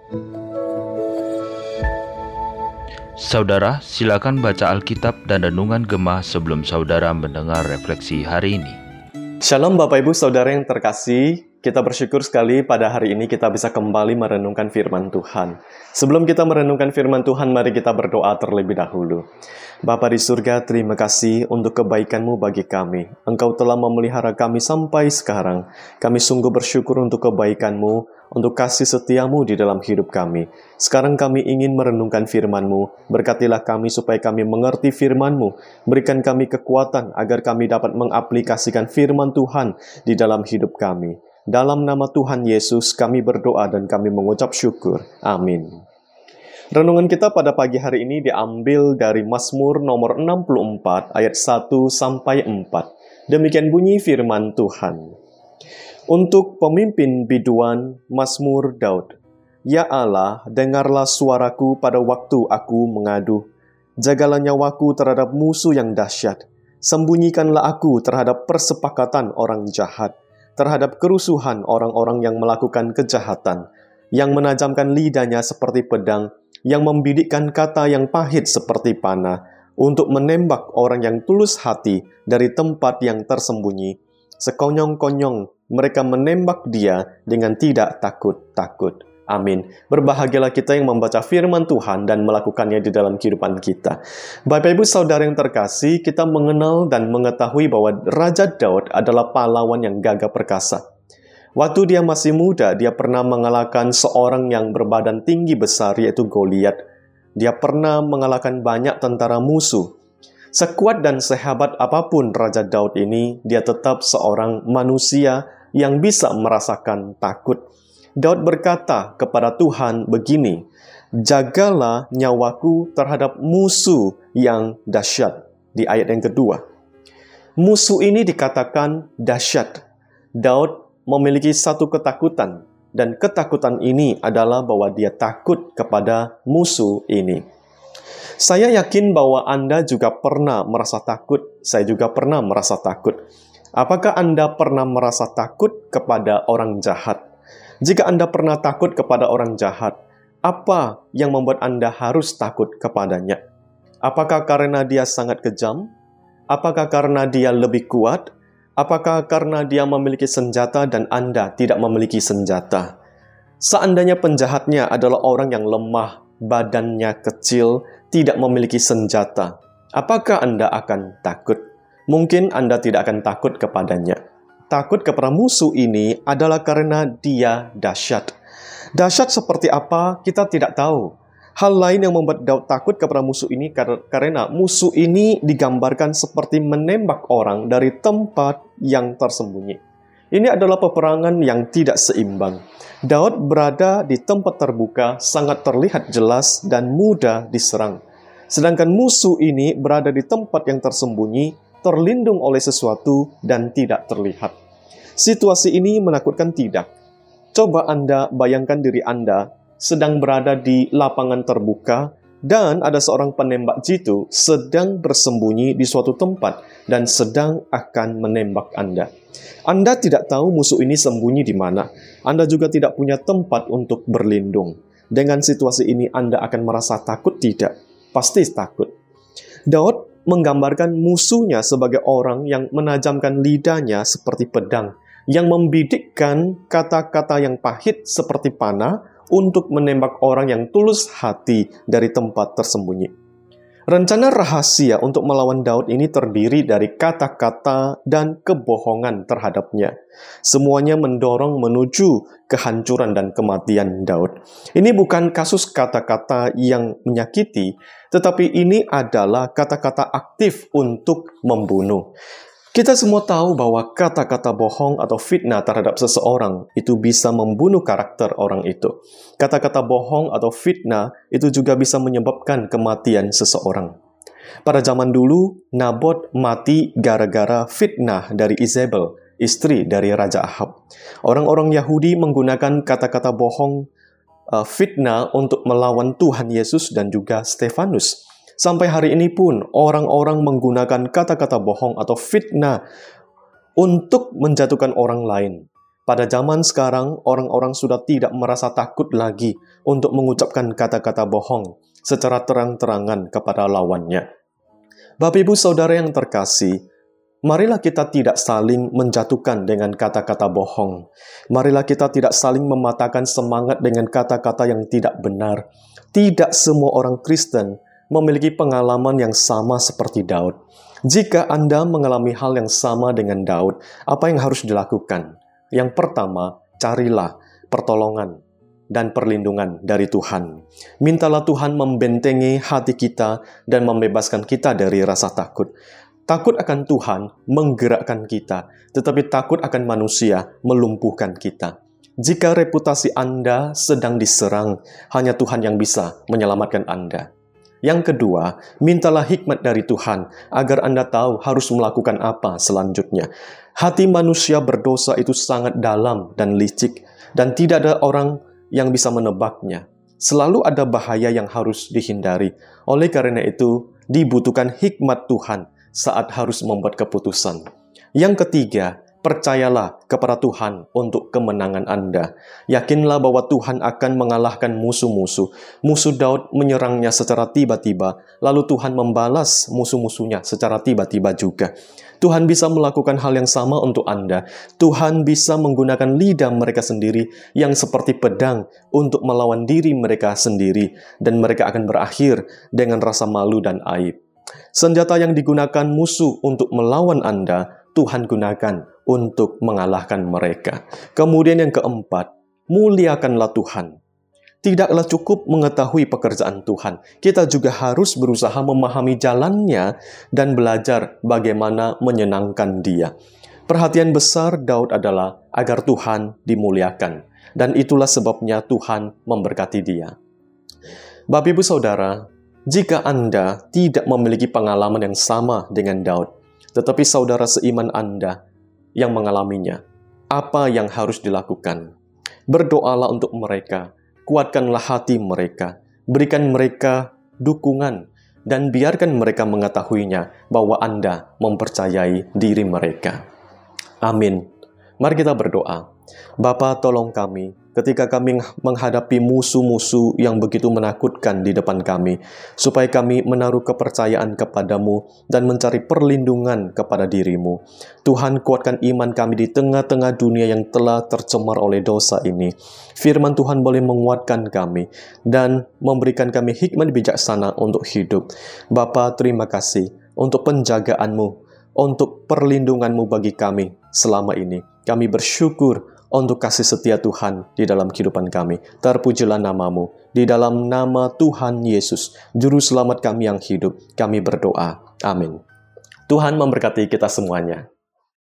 Saudara, silakan baca Alkitab dan Renungan Gemah sebelum saudara mendengar refleksi hari ini. Shalom Bapak Ibu Saudara yang terkasih, kita bersyukur sekali pada hari ini kita bisa kembali merenungkan firman Tuhan. Sebelum kita merenungkan firman Tuhan, mari kita berdoa terlebih dahulu. Bapa di surga, terima kasih untuk kebaikan-Mu bagi kami. Engkau telah memelihara kami sampai sekarang. Kami sungguh bersyukur untuk kebaikan-Mu, untuk kasih setia-Mu di dalam hidup kami. Sekarang kami ingin merenungkan firman-Mu. Berkatilah kami supaya kami mengerti firman-Mu. Berikan kami kekuatan agar kami dapat mengaplikasikan firman Tuhan di dalam hidup kami. Dalam nama Tuhan Yesus kami berdoa dan kami mengucap syukur. Amin. Renungan kita pada pagi hari ini diambil dari Mazmur nomor 64 ayat 1-4. Demikian bunyi firman Tuhan. Untuk pemimpin biduan, Mazmur Daud. Ya Allah, dengarlah suaraku pada waktu aku mengadu. Jagalah nyawaku terhadap musuh yang dahsyat. Sembunyikanlah aku terhadap persepakatan orang jahat, terhadap kerusuhan orang-orang yang melakukan kejahatan, yang menajamkan lidahnya seperti pedang, yang membidikkan kata yang pahit seperti panah, untuk menembak orang yang tulus hati dari tempat yang tersembunyi. Sekonyong-konyong mereka menembak dia dengan tidak takut-takut. Amin. Berbahagialah kita yang membaca firman Tuhan dan melakukannya di dalam kehidupan kita. Bapak Ibu Saudara yang terkasih, kita mengenal dan mengetahui bahwa Raja Daud adalah pahlawan yang gagah perkasa. Waktu dia masih muda, dia pernah mengalahkan seorang yang berbadan tinggi besar, yaitu Goliat. Dia pernah mengalahkan banyak tentara musuh. Sekuat dan sehebat apapun Raja Daud ini, dia tetap seorang manusia yang bisa merasakan takut. Daud berkata kepada Tuhan begini, "Jagalah nyawaku terhadap musuh yang dahsyat." Di ayat yang kedua. Musuh ini dikatakan dahsyat. Daud memiliki satu ketakutan, dan ketakutan ini adalah bahwa dia takut kepada musuh ini. Saya yakin bahwa Anda juga pernah merasa takut. Saya juga pernah merasa takut. Apakah Anda pernah merasa takut kepada orang jahat? Jika Anda pernah takut kepada orang jahat, apa yang membuat Anda harus takut kepadanya? Apakah karena dia sangat kejam? Apakah karena dia lebih kuat? Apakah karena dia memiliki senjata dan Anda tidak memiliki senjata? Seandainya penjahatnya adalah orang yang lemah, badannya kecil, tidak memiliki senjata, apakah Anda akan takut? Mungkin Anda tidak akan takut kepadanya. Takut kepada musuh ini adalah karena dia dahsyat. Dahsyat seperti apa, kita tidak tahu. Hal lain yang membuat Daud takut kepada musuh ini karena musuh ini digambarkan seperti menembak orang dari tempat yang tersembunyi. Ini adalah peperangan yang tidak seimbang. Daud berada di tempat terbuka, sangat terlihat jelas dan mudah diserang. Sedangkan musuh ini berada di tempat yang tersembunyi, terlindung oleh sesuatu dan tidak terlihat. Situasi ini menakutkan tidak? Coba Anda bayangkan diri Anda sedang berada di lapangan terbuka dan ada seorang penembak jitu sedang bersembunyi di suatu tempat dan sedang akan menembak Anda. Anda tidak tahu musuh ini sembunyi di mana. Anda juga tidak punya tempat untuk berlindung. Dengan situasi ini Anda akan merasa takut tidak? Pasti takut. Daud menggambarkan musuhnya sebagai orang yang menajamkan lidahnya seperti pedang, yang membidikkan kata-kata yang pahit seperti panah untuk menembak orang yang tulus hati dari tempat tersembunyi. Rencana rahasia untuk melawan Daud ini terdiri dari kata-kata dan kebohongan terhadapnya. Semuanya mendorong menuju kehancuran dan kematian Daud. Ini bukan kasus kata-kata yang menyakiti, tetapi ini adalah kata-kata aktif untuk membunuh. Kita semua tahu bahwa kata-kata bohong atau fitnah terhadap seseorang itu bisa membunuh karakter orang itu. Kata-kata bohong atau fitnah itu juga bisa menyebabkan kematian seseorang. Pada zaman dulu, Nabot mati gara-gara fitnah dari Izebel, istri dari Raja Ahab. Orang-orang Yahudi menggunakan kata-kata bohong, fitnah untuk melawan Tuhan Yesus dan juga Stefanus. Sampai hari ini pun, orang-orang menggunakan kata-kata bohong atau fitnah untuk menjatuhkan orang lain. Pada zaman sekarang, orang-orang sudah tidak merasa takut lagi untuk mengucapkan kata-kata bohong secara terang-terangan kepada lawannya. Bapak Ibu Saudara yang terkasih, marilah kita tidak saling menjatuhkan dengan kata-kata bohong. Marilah kita tidak saling mematahkan semangat dengan kata-kata yang tidak benar. Tidak semua orang Kristen memiliki pengalaman yang sama seperti Daud. Jika Anda mengalami hal yang sama dengan Daud, apa yang harus dilakukan? Yang pertama, carilah pertolongan dan perlindungan dari Tuhan. Mintalah Tuhan membentengi hati kita dan membebaskan kita dari rasa takut. Takut akan Tuhan menggerakkan kita, tetapi takut akan manusia melumpuhkan kita. Jika reputasi Anda sedang diserang, hanya Tuhan yang bisa menyelamatkan Anda. Yang kedua, mintalah hikmat dari Tuhan agar Anda tahu harus melakukan apa selanjutnya. Hati manusia berdosa itu sangat dalam dan licik, dan tidak ada orang yang bisa menebaknya. Selalu ada bahaya yang harus dihindari. Oleh karena itu, dibutuhkan hikmat Tuhan saat harus membuat keputusan. Yang ketiga, percayalah kepada Tuhan untuk kemenangan Anda. Yakinlah bahwa Tuhan akan mengalahkan musuh-musuh. Musuh Daud menyerangnya secara tiba-tiba, lalu Tuhan membalas musuh-musuhnya secara tiba-tiba juga. Tuhan bisa melakukan hal yang sama untuk Anda. Tuhan bisa menggunakan lidah mereka sendiri yang seperti pedang untuk melawan diri mereka sendiri, dan mereka akan berakhir dengan rasa malu dan aib. Senjata yang digunakan musuh untuk melawan Anda, Tuhan gunakan untuk mengalahkan mereka. Kemudian yang keempat, muliakanlah Tuhan. Tidaklah cukup mengetahui pekerjaan Tuhan, kita juga harus berusaha memahami jalannya dan belajar bagaimana menyenangkan Dia. Perhatian besar Daud adalah agar Tuhan dimuliakan, dan itulah sebabnya Tuhan memberkati dia. Bapak Ibu Saudara, jika Anda tidak memiliki pengalaman yang sama dengan Daud, tetapi saudara seiman Anda yang mengalaminya, apa yang harus dilakukan? Berdoalah untuk mereka, kuatkanlah hati mereka, berikan mereka dukungan, dan biarkan mereka mengetahuinya bahwa Anda mempercayai diri mereka. Amin. Mari kita berdoa. Bapa, tolong kami ketika kami menghadapi musuh-musuh yang begitu menakutkan di depan kami, supaya kami menaruh kepercayaan kepadamu dan mencari perlindungan kepada dirimu. Tuhan, kuatkan iman kami di tengah-tengah dunia yang telah tercemar oleh dosa ini. Firman Tuhan boleh menguatkan kami dan memberikan kami hikmat bijaksana untuk hidup. Bapa, terima kasih untuk penjagaan-Mu, untuk perlindungan-Mu bagi kami selama ini. Kami bersyukur untuk kasih setia Tuhan di dalam kehidupan kami. Terpujilah nama-Mu. Di dalam nama Tuhan Yesus, Juru Selamat kami yang hidup, kami berdoa. Amin. Tuhan memberkati kita semuanya.